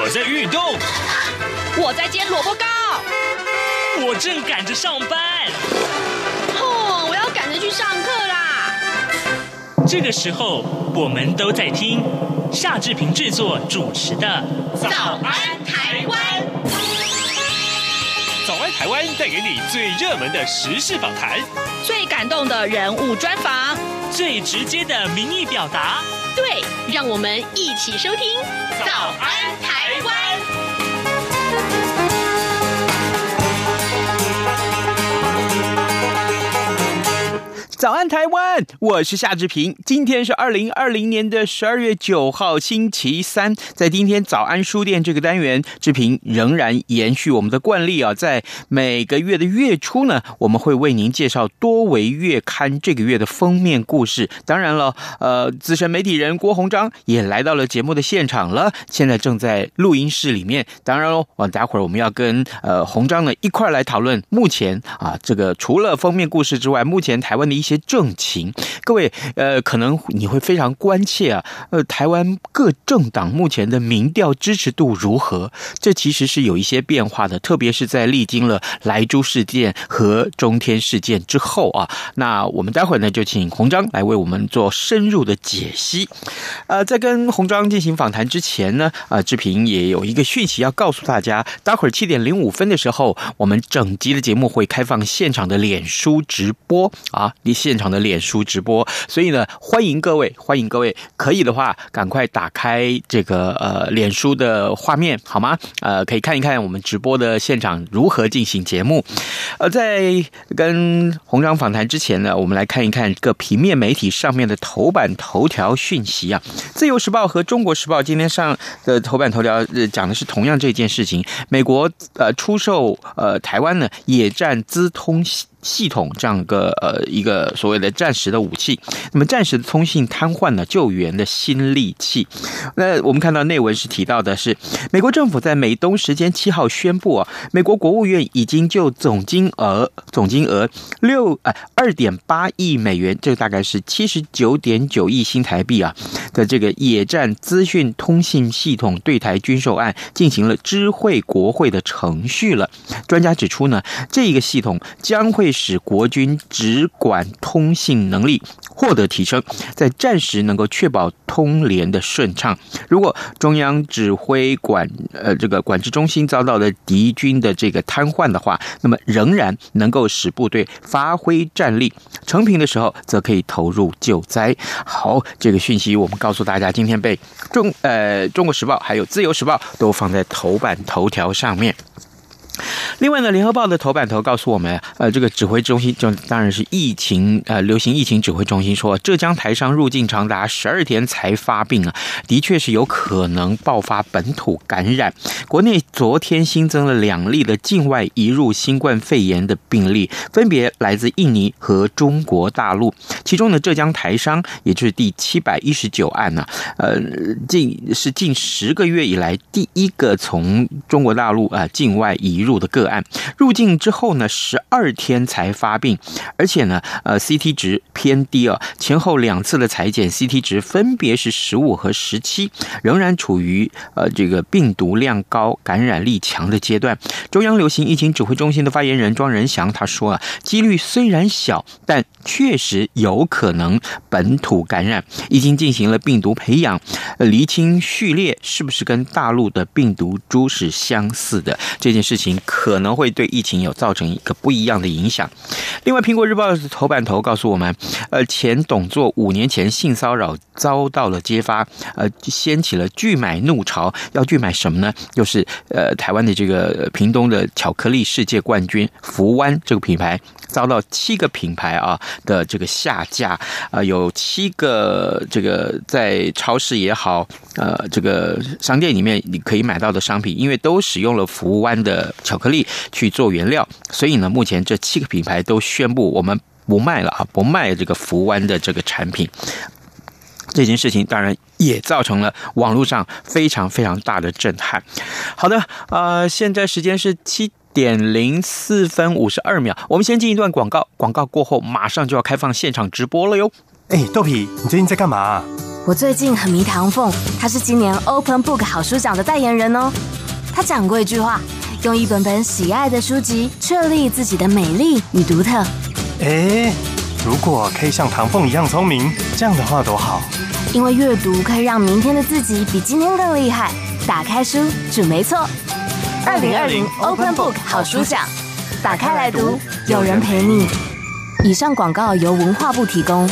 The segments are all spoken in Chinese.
在运动， 我在煎萝卜糕， 我正赶着上班。 我要赶着去上课啦。 这个时候，我们都在听夏志平制作主持的《 早安台湾》。 早安台湾带给你最热门的时事访谈， 最感动的人物专访， 最直接的民意表达。 对，让我们一起收听《早安台湾》。 早安台湾，我是夏志平。今天是2020年的12月9号星期三，在今天早安书店这个单元，志平仍然延续我们的惯例啊，在每个月的月初呢，我们会为您介绍多维月刊这个月的封面故事。当然了，资深媒体人郭鸿章也来到了节目的现场了，现在正在录音室里面。当然喽，待会儿我们要跟鸿章呢一块来讨论目前啊这个除了封面故事之外，目前台湾的一些政情。各位可能你会非常关切啊，台湾各政党目前的民调支持度如何？这其实是有一些变化的，特别是在历经了莱猪事件和中天事件之后啊。那我们待会儿呢就请鸿章来为我们做深入的解析。在跟鸿章进行访谈之前呢，志平也有一个讯息要告诉大家，待会儿7点05分的时候，我们整集的节目会开放现场的脸书直播啊，现场的脸书直播，所以呢，欢迎各位，可以的话，赶快打开这个脸书的画面，好吗？可以看一看我们直播的现场如何进行节目。在跟鸿章访谈之前呢，我们来看一看各平面媒体上面的头版头条讯息啊。自由时报和中国时报今天上的头版头条讲的是同样这件事情，美国出售台湾呢野战资通系统这样一个所谓的战时的武器，那么战时的通信瘫痪呢，救援的新利器。那我们看到内文是提到的是，美国政府在美东时间7号宣布啊，美国国务院已经就总金额2.8亿美元，这个大概是79.9亿新台币啊的这个野战资讯通信系统对台军售案进行了知会国会的程序了。专家指出呢，这个系统将会使国军直管通信能力获得提升，在战时能够确保通联的顺畅。如果中央指挥这个管制中心遭到了敌军的这个瘫痪的话，那么仍然能够使部队发挥战力，成平的时候则可以投入救灾。好，这个讯息我们告诉大家，今天被中国时报还有自由时报都放在头版头条上面。另外呢，联合报的头版头告诉我们，这个指挥中心就当然是流行疫情指挥中心说，浙江台商入境长达12天才发病啊，的确是有可能爆发本土感染。国内昨天新增了2例的境外移入新冠肺炎的病例，分别来自印尼和中国大陆。其中呢，浙江台商也就是第719案呢，近10个月以来第一个从中国大陆境外移入的个案，入境之后呢12天才发病，而且呢CT 值偏低啊，前后2次的采检 CT 值分别是15和17，仍然处于这个病毒量高、感染力强的阶段。中央流行疫情指挥中心的发言人庄仁祥他说啊，几率虽然小，但确实有可能本土感染，已经进行了病毒培养，厘清序列是不是跟大陆的病毒株是相似的，这件事情可能会对疫情有造成一个不一样的影响。另外，苹果日报的头版头告诉我们，前董座5年前性骚扰遭到了揭发，掀起了拒买怒潮。要拒买什么呢？就是台湾的这个屏东的巧克力世界冠军福湾这个品牌遭到7个品牌的这个下架，有7个这个在超市也好，这个商店里面你可以买到的商品，因为都使用了福湾的巧克力去做原料，所以呢，目前这7个品牌都宣布我们不卖了不卖这个福湾的这个产品。这件事情当然也造成了网络上非常非常大的震撼。好的，现在时间是7点04分52秒，我们先进一段广告，广告过后马上就要开放现场直播了哟。 豆皮，你最近在干嘛？ 我最近很迷唐凤，他是今年 Open Book 好书奖的代言人哦。他讲过一句话，用一本本喜爱的书籍确立自己的美丽与独特。 如果可以像唐凤一样聪明，这样的话多好。 因为阅读可以让明天的自己比今天更厉害。打开书，准没错。2020 Open Book 好书奖，打开来读，有人陪你。以上广告由文化部提供。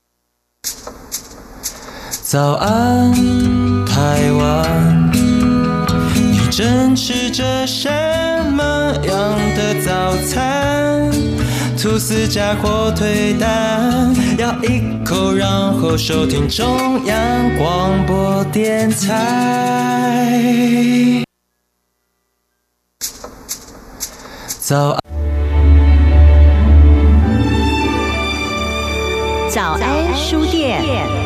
早安，台湾，你正吃着什么样的早餐？吐司加火腿蛋，咬一口，然后收听中央广播电台。早安， 早安书店。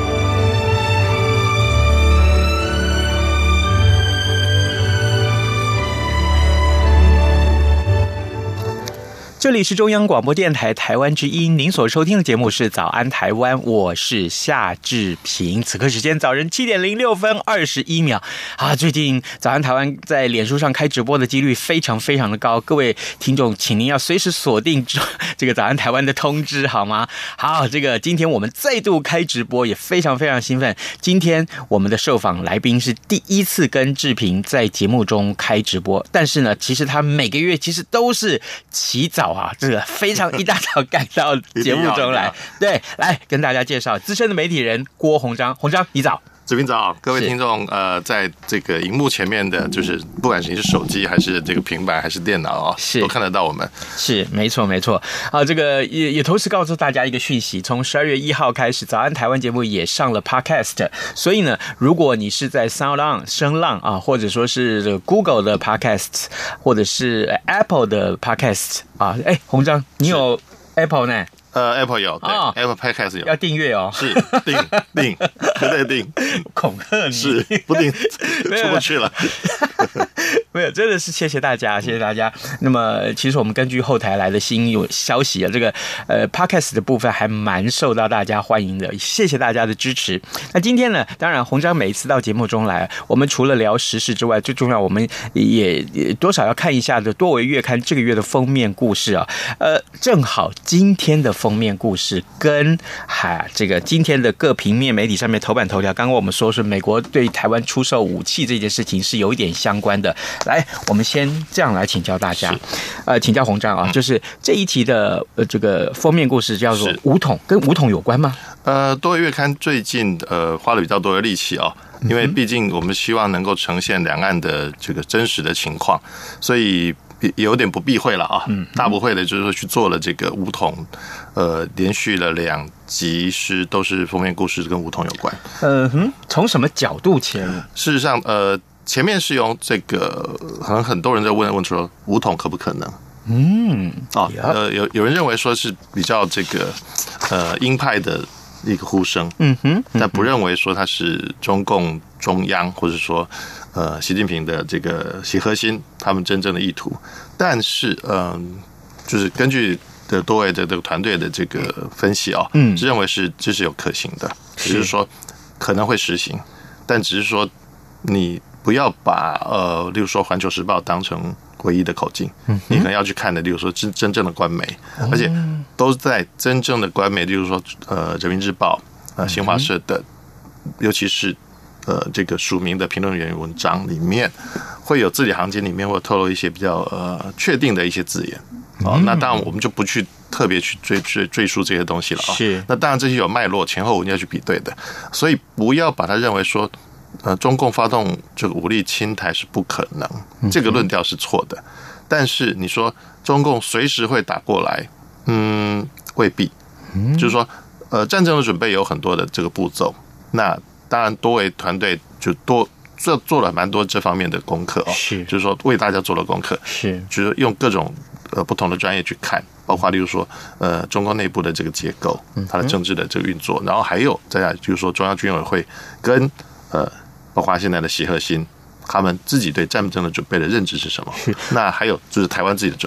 这里是中央广播电台台湾之音，您所收听的节目是早安台湾，我是夏志平。此刻时间早晨7点06分21秒啊！最近早安台湾在脸书上开直播的几率非常非常的高，各位听众，请您要随时锁定这个早安台湾的通知，好吗？好，这个今天我们再度开直播，也非常非常兴奋。今天我们的受访来宾是第一次跟志平在节目中开直播，但是呢，其实他每个月其实都是起早。这个非常一大早赶到节目中来，对，来跟大家介绍资深的媒体人郭鸿章。鸿章，你早。 志平早，各位听众，在这个荧幕前面的，就是不管你是手机还是这个平板还是电脑啊，都看得到我们。是， 没错没错。这个也同时告诉大家一个讯息，从12月1号开始，早安台湾节目也上了 Podcast， 所以呢，如果你是在 SoundOn 声浪啊，或者说是这个 Google 的 Podcast， 或者是 Apple 的 Podcast 啊，鸿章，你有 Apple 呢 ？Apple 有，对，Apple Podcast 有， 要订阅哦。 是，订，绝对订。 恐吓你， 是不订出不去了。 没有，真的是谢谢大家，谢谢大家。那么，其实我们根据后台来的新有消息啊，这个Podcast 的部分还蛮受到大家欢迎的，谢谢大家的支持。那今天呢，当然鸿章每一次到节目中来，我们除了聊时事之外，最重要我们也多少要看一下的多维月刊这个月的封面故事啊。正好今天的封面故事跟这个今天的各平面媒体上面头版头条，刚刚我们说是美国对台湾出售武器这件事情是有一点相关的。来，我们先这样来请教大家，请教鸿章啊，就是这一期的这个封面故事叫做武统，跟武统有关吗？ 多维月刊最近花了比较多的力气哦，因为毕竟我们希望能够呈现两岸的这个真实的情况，所以有点不避讳了啊，大不讳的就是说去做了这个武统，连续了2集都是封面故事跟武统有关。 从什么角度切入？ 事实上，前面是用这个，好像很多人在问说武统可不可能？有人认为说是比较这个鹰派的一个呼声，但不认为说它是中共中央或者说习近平的这个习核心他们真正的意图。但是就是根据的多位的这个团队的这个分析啊，是认为这是有可行的，只是说可能会实行，但只是说你不要把例如说《环球时报》当成唯一的口径，你可能要去看的，例如说真正的官媒，而且都在真正的官媒，例如说《人民日报》新华社的，尤其是这个署名的评论员文章里面，会有字里行间里面会透露一些比较确定的一些字眼。那当然我们就不去特别去赘述这些东西了啊。是，那当然这些有脉络，前后文要去比对的，所以不要把它认为说，中共发动这个武力侵台是不可能，这个论调是错的。但是你说中共随时会打过来，未必。就是说，战争的准备有很多的这个步骤。那当然，多维团队就做了蛮多这方面的功课哦，是，就是说为大家做了功课，是，就是用各种不同的专业去看，包括例如说中共内部的这个结构，它的政治的这个运作，然后还有再来就是说中央军委会跟包括现在的习核心，他们自己对战争的准备的认知是什么？那还有就是台湾自己的准备。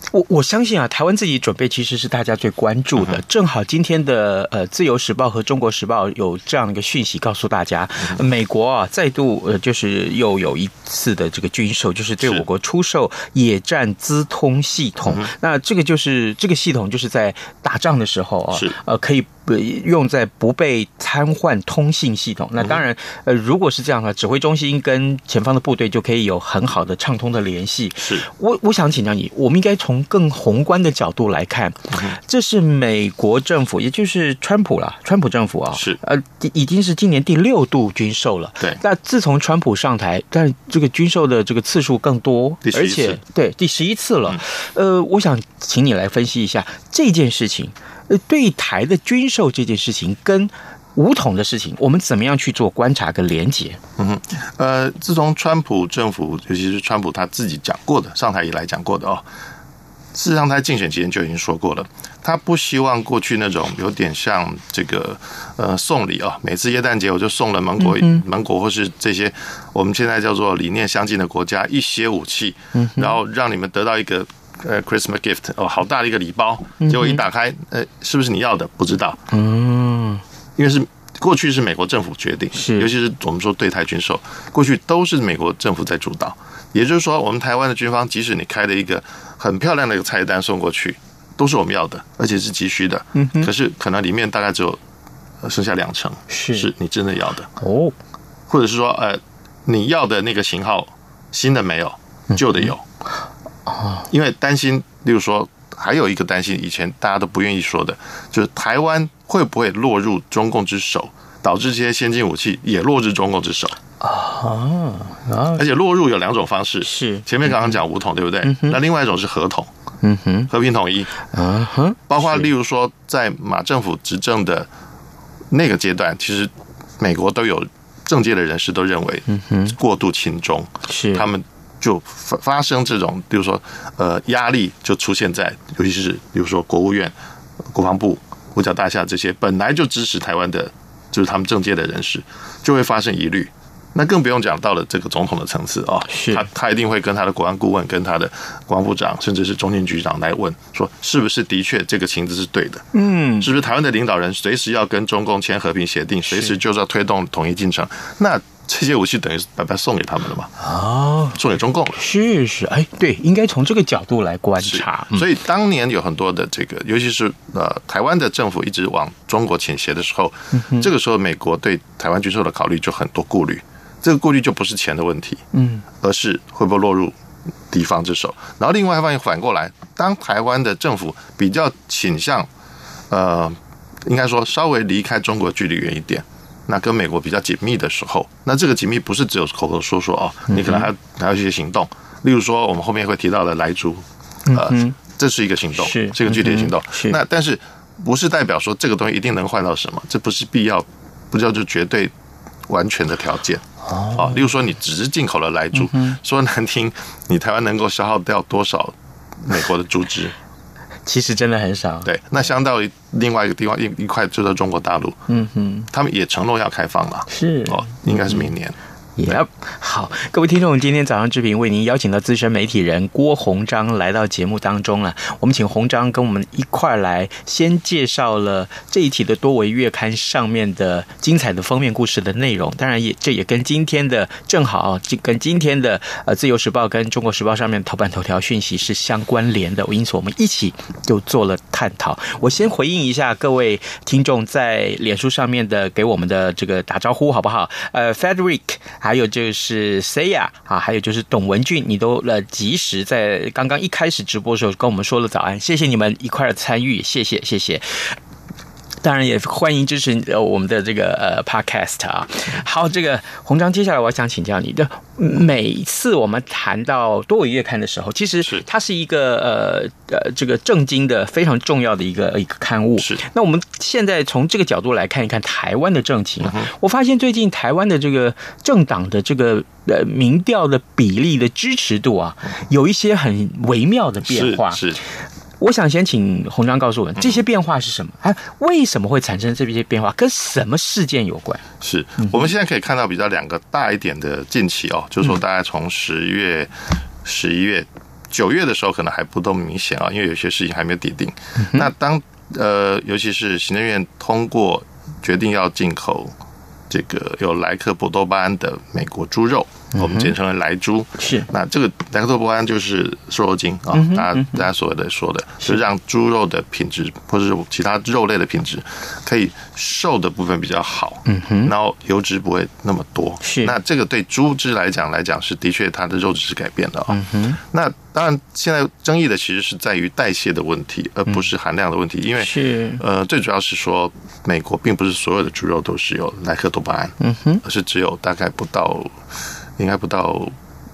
我相信啊，台湾自己准备其实是大家最关注的。正好今天的自由时报和中国时报有这样一个讯息告诉大家，美国啊再度就是又有一次的这个军售，就是对我国出售野战资通系统。那这个就是这个系统就是在打仗的时候啊，可以用在不被瘫痪通信系统。那当然如果是这样的话，指挥中心跟前方的部队就可以有很好的畅通的联系。 是， 我想请教你，我们应该从更宏观的角度来看，这是美国政府，也就是川普政府啊， 是已经是今年第6度军售了。 对， 那自从川普上台，但这个军售的这个次数更多，而且对第11次了。我想请你来分析一下这件事情，对台的军售这件事情跟武统的事情，我们怎么样去做观察跟连结？ 自从川普政府，尤其是川普他自己讲过的，上台以来讲过的事实上他竞选期间就已经说过了，他不希望过去那种有点像这个送礼每次耶诞节我就送了盟国或是这些我们现在叫做理念相近的国家一些武器，然后让你们得到一个Christmas gift 好大的一个礼包，结果一打开是不是你要的不知道，因为是过去是美国政府决定，尤其是我们说对台军售，过去都是美国政府在主导。也就是说，我们台湾的军方，即使你开了一个很漂亮的一个菜单送过去，都是我们要的，而且是急需的。可是可能里面大概只有剩下2成是你真的要的或者是说你要的那个型号新的没有，旧的有因为担心，例如说还有一个担心，以前大家都不愿意说的，就是台湾会不会落入中共之手，导致这些先进武器也落入中共之手而且落入有2种方式，是前面刚刚讲武统，对不对？那另外一种是和统，和平统一，包括例如说在马政府执政的那个阶段，其实美国都有政界的人士都认为过度亲中，是他们就发生这种，比如说压力就出现在，尤其是比如说国务院、国防部、五角大厦这些本来就支持台湾的，就是他们政界的人士，就会发生疑虑。那更不用讲到了这个总统的层次他一定会跟他的国安顾问、跟他的国防部长，甚至是中情局长来问，说是不是的确这个情资是对的？是不是台湾的领导人随时要跟中共签和平协定，随时就是要推动统一进程？那这些武器等于是白白送给他们了嘛？送给中共了。是，对，应该从这个角度来观察。所以当年有很多的这个，尤其是台湾的政府一直往中国倾斜的时候，这个时候美国对台湾军售的考虑就很多顾虑。这个顾虑就不是钱的问题，而是会不会落入敌方之手。然后另外一方面反过来，当台湾的政府比较倾向，应该说稍微离开中国距离远一点，那跟美国比较紧密的时候，那这个紧密不是只有口口说你可能还要一些行动。例如说我们后面会提到的莱猪，这是一个行动，这个具体的行动。那但是不是代表说这个东西一定能换到什么，这不是必要，不叫做绝对完全的条件。例如说你只是进口了莱猪，说难听，你台湾能够消耗掉多少美国的猪只？其实真的很少。对，那相当于另外一个地方一块就在中国大陆，他们也承诺要开放了，应该是明年。好，各位听众，今天早上之平为您邀请到资深媒体人郭鸿章来到节目当中了。我们请鸿章跟我们一块来先介绍了这一期的多维月刊上面的精彩的封面故事的内容，当然这也跟今天的正好跟今天的自由时报跟中国时报上面头版头条讯息是相关联的，因此我们一起就做了探讨。我先回应一下各位听众在脸书上面的给我们的这个打招呼好不好？Frederick，还有就是 Saya 还有就是董文俊，你都及时在刚刚一开始直播的时候跟我们说了早安，谢谢你们一块的参与，谢谢。当然也欢迎支持我们的这个podcast 啊。好，这个鸿章，接下来我想请教你的，每次我们谈到多维月刊的时候，其实它是一个这个政经的非常重要的一个刊物。是。那我们现在从这个角度来看一看台湾的政情我发现最近台湾的这个政党的这个民调的比例的支持度有一些很微妙的变化。是。我想先请鸿章告诉我们，这些变化是什么？为什么会产生这些变化？跟什么事件有关？是我们现在可以看到比较2个大一点的近期就是说大概从10月、11月 9月的时候可能还不都明显啊，因为有些事情还没有底定。那当尤其是行政院通过决定要进口这个有莱克多巴胺的美国猪肉，我们简称为莱猪。 是， 那这个莱克多巴胺就是瘦肉精啊，大家所谓的说的，就是让猪肉的品质或者是其他肉类的品质可以瘦的部分比较好，然后油脂不会那么多。 是， 那这个对猪只来讲是的确它的肉质是改变的啊。那当然，现在争议的其实是在于代谢的问题，而不是含量的问题。因为最主要是说，美国并不是所有的猪肉都是有莱克多巴胺，而是只有大概应该不到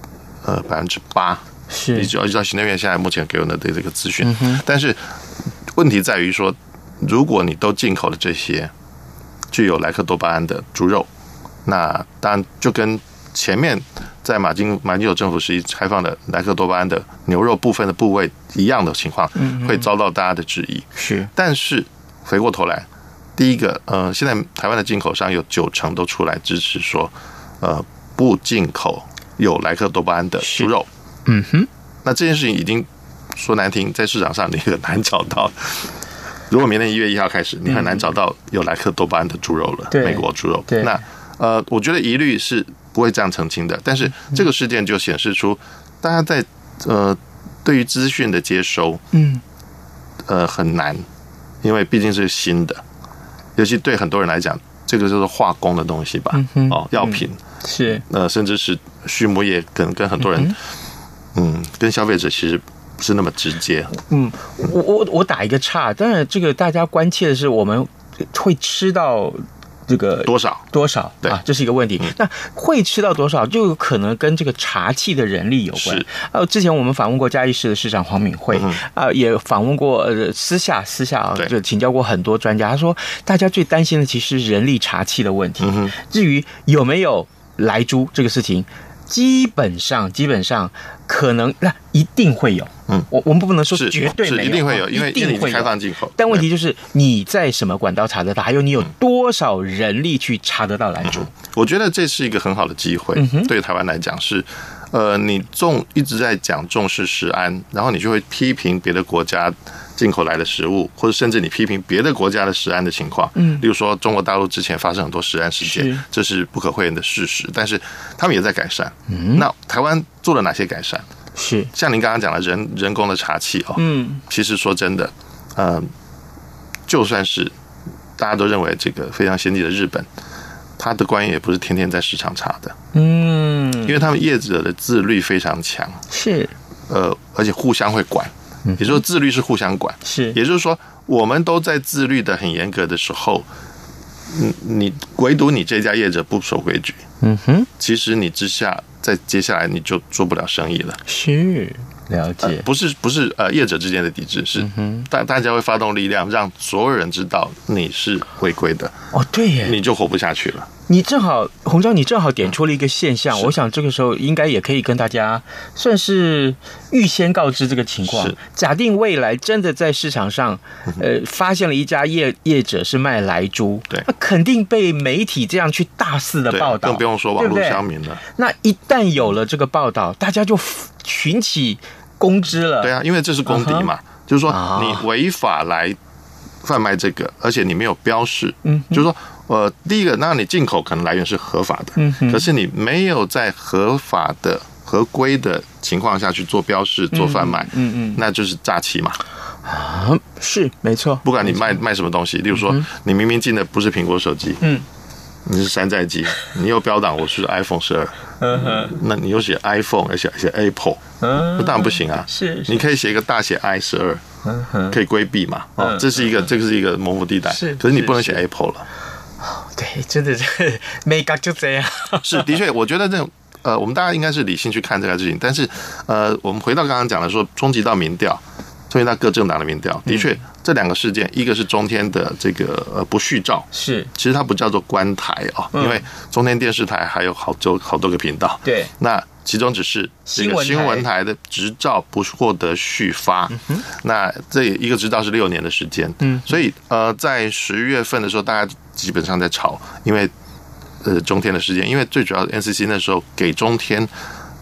8%。是，依照行政院现在目前给我们的这个资讯。但是问题在于说，如果你都进口了这些具有莱克多巴胺的猪肉，那当然就跟前面在马英九政府时期开放的莱克多巴胺的牛肉部分的部位一样的情况，会遭到大家的质疑。 是， 但是回过头来，第一个，现在台湾的进口商有90%都出来支持说，不进口有莱克多巴胺的猪肉。那这件事情已经说难听，在市场上你很难找到。如果明年1月1号开始，你很难找到有莱克多巴胺的猪肉了，美国猪肉。那我觉得疑虑是不会这样澄清的，但是这个事件就显示出大家在对于资讯的接收，很难，因为毕竟是新的，尤其对很多人来讲，这个就是化工的东西吧，药品是， 甚至是畜牧业，跟很多人，跟消费者其实不是那么直接。 我打一个岔，当然这个大家关切的是我们会吃到这个多少对啊，这是一个问题。那会吃到多少，就有可能跟这个查气的人力有关。之前我们访问过嘉义市的市长黄敏惠，也访问过私下啊，就请教过很多专家。他说，大家最担心的其实是人力查气的问题。至于有没有莱猪这个事情，基本上可能那一定会有。我们不能说绝对没有， 一定会有，因为你开放进口。 但问题就是你在什么管道查得到，还有你有多少人力去查得到莱猪。 我觉得这是一个很好的机会，对台湾来讲是，你一直在讲重视食安，然后你就会批评别的国家进口来的食物，或者甚至你批评别的国家的食安的情况。例如说中国大陆之前发生很多食安事件，这是不可讳言的事实，但是他们也在改善。那台湾做了哪些改善？ 是像您刚刚讲的人工的查气其实说真的，就算是大家都认为这个非常先进的日本，他的官员也不是天天在市场查的，因为他们业者的自律非常强， 是而且互相会管，也就是说自律是互相管， 是， 也就是说我们都在自律的很严格的时候，你唯独你这家业者不守规矩，其实你在接下来你就做不了生意了。 是，了解， 不是业者之间的抵制，是大家会发动力量，让所有人知道你是违规的。 对耶， 你就活不下去了。 你正好，洪章，你正好点出了一个现象，我想这个时候应该也可以跟大家算是预先告知这个情况。假定未来真的在市场上，发现了一家业者是卖莱猪， 对， 那肯定被媒体这样去大肆的报道， 更不用说网络乡民了。 那一旦有了这个报道，大家就群起攻之了。 对啊，因为这是公敌嘛，就是说你违法来贩卖这个，而且你没有标示，就是说。第一个，那你进口可能来源是合法的，可是你没有在合法的、合规的情况下去做标示、做贩卖，那就是诈欺嘛。 是没错。 不管你卖什么东西，例如说，你明明进的不是苹果手机，你是山寨机，你又标榜我是 iPhone 12，那你又写 iPhone， 而且写 Apple，那当然不行啊。 是， 你可以写一个大写 I12，可以规避嘛。这是一个模糊地带，可是你不能写 Apple 了。 对，真的美感就这样。 是，的确，我觉得这种我们大家应该是理性去看这个事情。但是我们回到刚刚讲的说，冲击到民调，冲击到各政党的民调，的确，这两个事件，一个是中天的这个不续照， 是， 其实它不叫做关台因为中天电视台还有好多个频道， 对， 那其中只是这个新闻台的执照不获得续发，那这一个执照是6年的时间，所以在10月份的时候，大家基本上在吵，因为中天的事件，因为最主要的 NCC 那时候给中天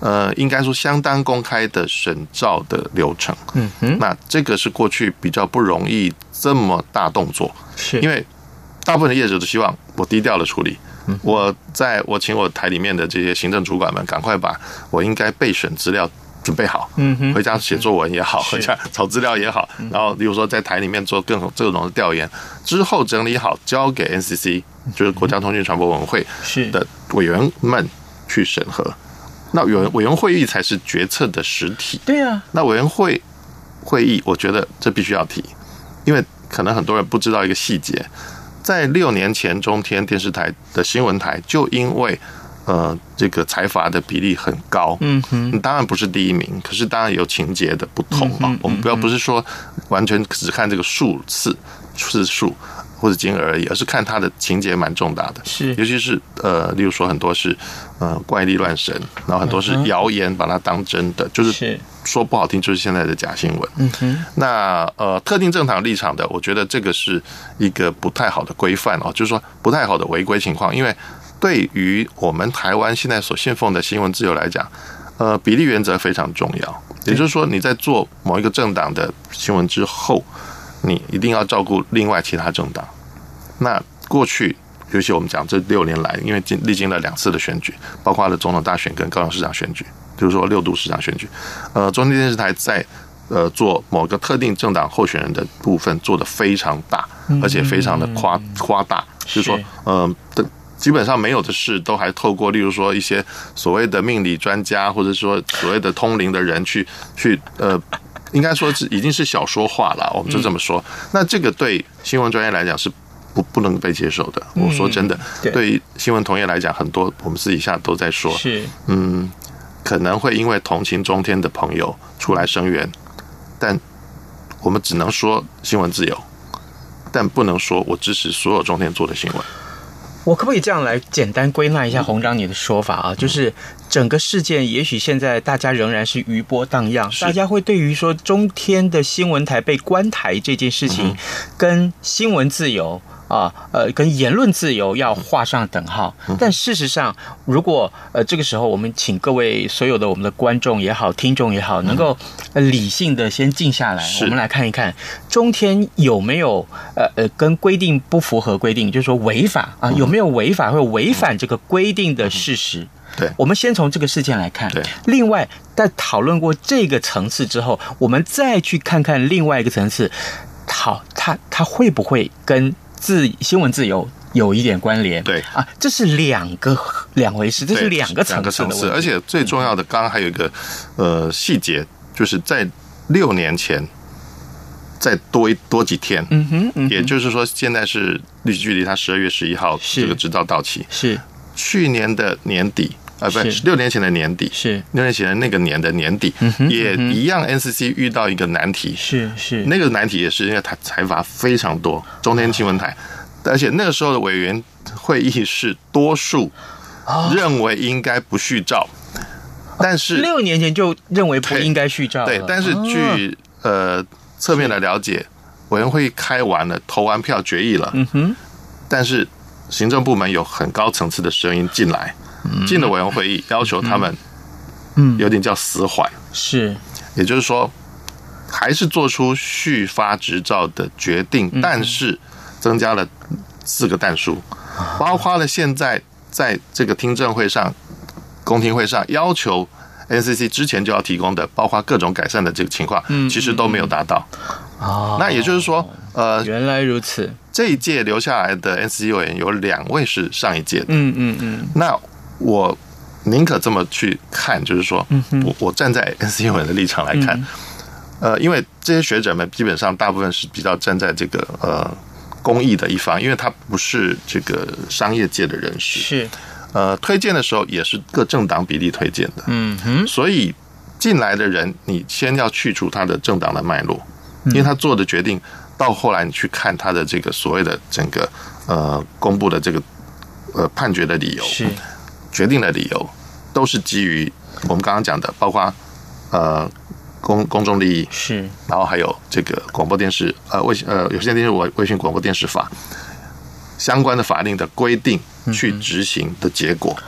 应该说相当公开的审照的流程。那这个是过去比较不容易这么大动作， 是因为大部分的业者都希望我低调的处理。我请我台里面的这些行政主管们赶快把我应该备审资料准备好，回家写作文也好，回家找资料也好，然后比如说在台里面做各种的调研之后整理好，交给 NCC， 就是国家通讯传播委员会的委员们去审核。那委员会议才是决策的实体。 对啊， 那委员会议，我觉得这必须要提，因为可能很多人不知道一个细节，在6年前，中天电视台的新闻台就因为这个财阀的比例很高，当然不是第一名，可是当然有情节的不同啊。我们不是说完全只看这个次数或者金额而已，而是看它的情节蛮重大的，是尤其是例如说很多是怪力乱神，然后很多是谣言把它当真的，就是说不好听就是现在的假新闻。那特定政党立场的，我觉得这个是一个不太好的规范哦，就是说不太好的违规情况，因为对于我们台湾现在所信奉的新闻自由来讲，比例原则非常重要。也就是说，你在做某一个政党的新闻之后，你一定要照顾另外其他政党。那过去，尤其我们讲这6年来，因为历经了2次的选举，包括了总统大选跟高雄市长选举，就是说6都市长选举，中天电视台在做某个特定政党候选人的部分做得非常大，而且非常的夸大，就是说基本上没有的事都还透过例如说一些所谓的命理专家，或者说所谓的通灵的人去应该说是已经是小说化了，我们就这么说。那这个对新闻专业来讲是不能被接受的。我说真的，对于新闻同业来讲，很多我们私底下都在说，可能会因为同情中天的朋友出来声援，但我们只能说新闻自由，但不能说我支持所有中天做的新闻。 我可不可以这样来简单归纳一下洪长你的说法啊？就是整个事件，也许现在大家仍然是余波荡漾，大家会对于说中天的新闻台被关台这件事情，跟新闻自由跟言论自由要画上等号。但事实上，如果这个时候我们请各位所有的我们的观众也好、听众也好，能够理性的先静下来，我们来看一看中天有没有跟规定不符合规定，就是说违法啊，有没有违法或违反这个规定的事实。 对， 我们先从这个事件来看。对，另外在讨论过这个层次之后，我们再去看看另外一个层次，它会不会跟新闻自由有一点关联？对啊，这是两回事，这是两个层次的问题。 而且最重要的，刚刚还有一个细节，就是在6年前再多几天，也就是说，现在是距离他12月11号这个执照到期，是去年的年底。不是6年前的年底，是6年前的那个年的年底，也一样 NCC 遇到一个难题，是那个难题也是因为财阀非常多，中天新闻台，而且那个时候的委员会议是多数认为应该不续照，但是 6年前就认为不应该续照了， 对，但是据侧面的了解，委员会开完了，投完票决议了，但是行政部门有很高层次的声音进了委员会议，要求他们，有点叫死缓， 是， 也就是说，还是做出续发执照的决定，但是增加了4个但书，包括了现在在这个听证会上、公听会上要求 NCC 之前就要提供的，包括各种改善的这个情况，其实都没有达到。那也就是说， 原来如此， 这一届留下来的 NCC 委员有2位是上一届的，那我宁可这么去看，就是说，我站在 NCC 委员的立场来看，因为这些学者们基本上大部分是比较站在这个公益的一方，因为他不是这个商业界的人士，是推荐的时候也是各政党比例推荐的，所以进来的人，你先要去除他的政党的脉络，因为他做的决定，到后来你去看他的这个所谓的整个公布的这个判决的理由是。决定的理由都是基于我们刚刚讲的，包括公众利益是，然后还有这个广播电视有线电视卫星广播电视法相关的法令的规定去执行的结果，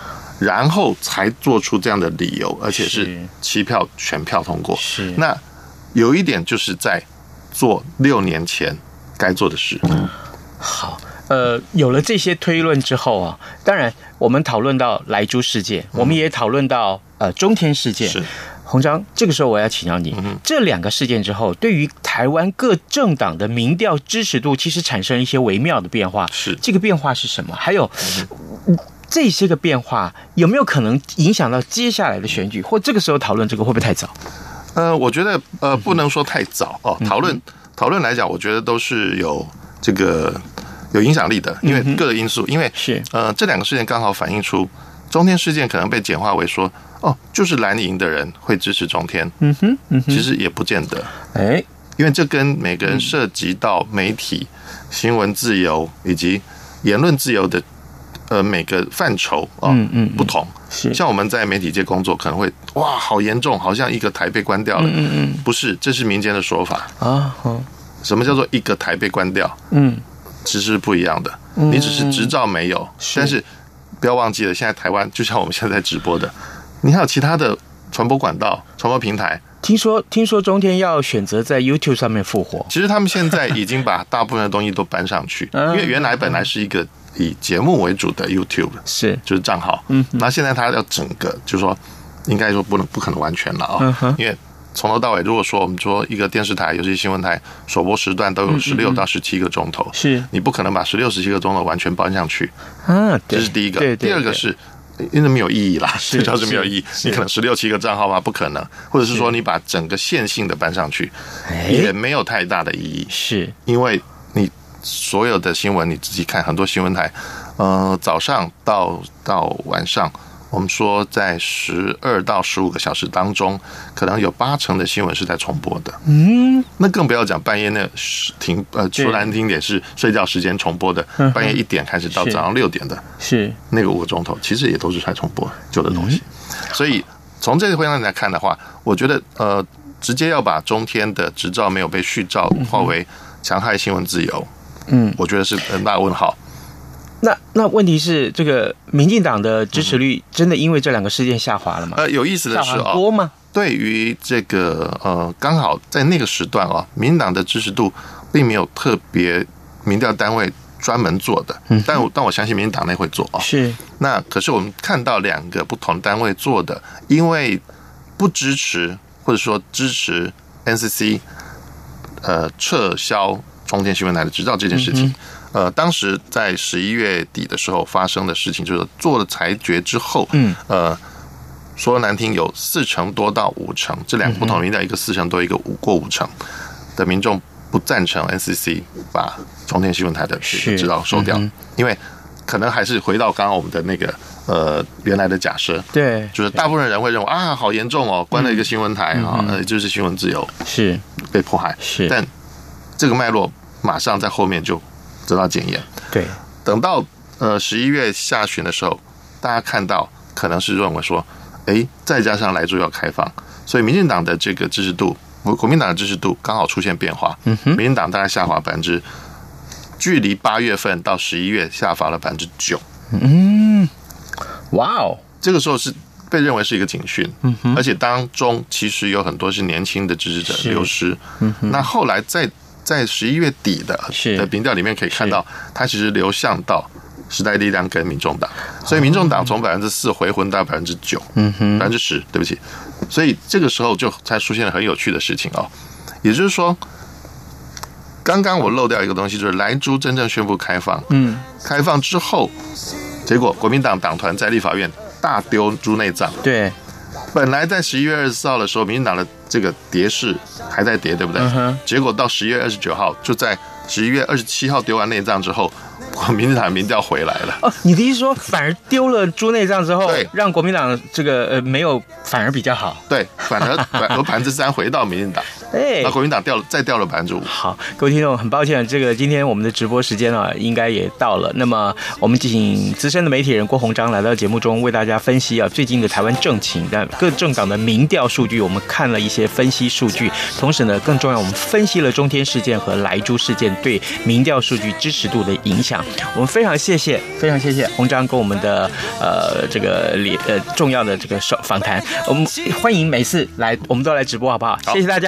然后才做出这样的理由，而且是7票全票通过。 是， 那有一点就是在做6年前该做的事。 好。有了这些推论之后啊，当然我们讨论到莱猪事件，我们也讨论到中天事件。 是， 洪章，这个时候我要请教你，这2个事件之后，对于台湾各政党的民调支持度，其实产生一些微妙的变化。 是，这个变化是什么？还有这些个变化有没有可能影响到接下来的选举？或这个时候讨论这个会不会太早？ 我觉得不能说太早哦。讨论来讲，我觉得都是有这个。有影响力的，因为各个因素，因为是这2个事件刚好反映出中天事件可能被简化为说，就是蓝营的人会支持中天，其实也不见得，因为这跟每个人涉及到媒体、新闻自由以及言论自由的每个范畴不同。 是像我们在媒体界工作，可能会哇好严重，好像一个台被关掉了，不是，这是民间的说法啊。什么叫做一个台被关掉？其实是不一样的，你只是执照没有，但是不要忘记了，现在台湾就像我们现在直播的，你还有其他的传播管道、传播平台。 听说中天要选择在 YouTube 上面复活， 其实他们现在已经把大部分的东西都搬上去，因为原来本来是一个以节目为主的 YouTube， 就是账号，那现在他要整个，就是说，应该说不可能完全了啊，因为。从头到尾，如果说我们说一个电视台，尤其新闻台首播时段都有16到17个钟头， 是你不可能把16、17个钟头完全搬上去这是第一个。第二个是因为没有意义啦，这叫是没有意义。你可能16、17个账号吗？不可能，或者是说你把整个线性的搬上去，也没有太大的意义。 是因为你所有的新闻你自己看，很多新闻台，早上到晚上。我们说，在12到15个小时当中，可能有80%的新闻是在重播的。那更不要讲半夜那说难听点是睡觉时间重播的，半夜1点开始到早上6点的， 是那个5个钟头，其实也都是在重播旧的东西。所以从这个会上来看的话，我觉得直接要把中天的执照没有被续照化为强害新闻自由，我觉得是很大的问号。 那问题是，这个民进党的支持率真的因为这2个事件下滑了吗？ 有意思的是多吗？ 对于这个刚好在那个时段民进党的支持度并没有特别民调单位专门做的，但我相信民进党内会做是。 那可是我们看到2个不同单位做的，因为不支持或者说支持 NCC 撤销中天新闻台的执照这件事情。当时在11月底的时候发生的事情，就是做了裁决之后，说难听有40%多到50%，这2个不同的民调，一个40%多，一个过50%的民众不赞成 NCC 把中天新闻台的这个执照收掉，因为可能还是回到刚刚我们的那个原来的假设， 对， 就是大部分人会认为好严重哦，关了一个新闻台就是新闻自由是被迫害， 是， 但这个脉络马上在后面就得到检验。 对， 等到11月下旬的时候，大家看到可能是认为说，再加上莱猪要开放，所以民进党的这个支持度，国民党的支持度刚好出现变化。民进党大概下滑距离8月份到11月下滑了9%。 哇哦， 这个时候是被认为是一个警讯。而且当中其实有很多是年轻的支持者流失。那后来在11月底的民调里面可以看到，它其实流向到时代力量跟民众党，所以民众党从4%回魂到9%，10%，对不起。所以这个时候就才出现了很有趣的事情也就是说，刚刚我漏掉一个东西，就是莱猪真正宣布开放，开放之后，结果国民党党团在立法院大丢猪内脏， 对。 本来在11月24号的时候，民进党的这个跌势还在跌，对不对？结果到11月29号，就在11月27号丢完内脏之后，民进党民调回来了。 你的意思说，反而丢了猪内脏之后，让国民党这个没有，反而比较好？ 对，反而3%回到民进党。 那国民党再掉了5%。 好，各位听众，很抱歉，这个今天我们的直播时间啊，应该也到了。那么我们请资深的媒体人郭鸿章来到节目中，为大家分析最近的台湾政情的各政党的民调数据，我们看了一些分析数据，同时呢，更重要，我们分析了中天事件和莱猪事件对民调数据支持度的影响。我们非常谢谢鸿章跟我们的这个重要的这个访谈。我们欢迎每次来，我们都来直播，好不好？谢谢大家。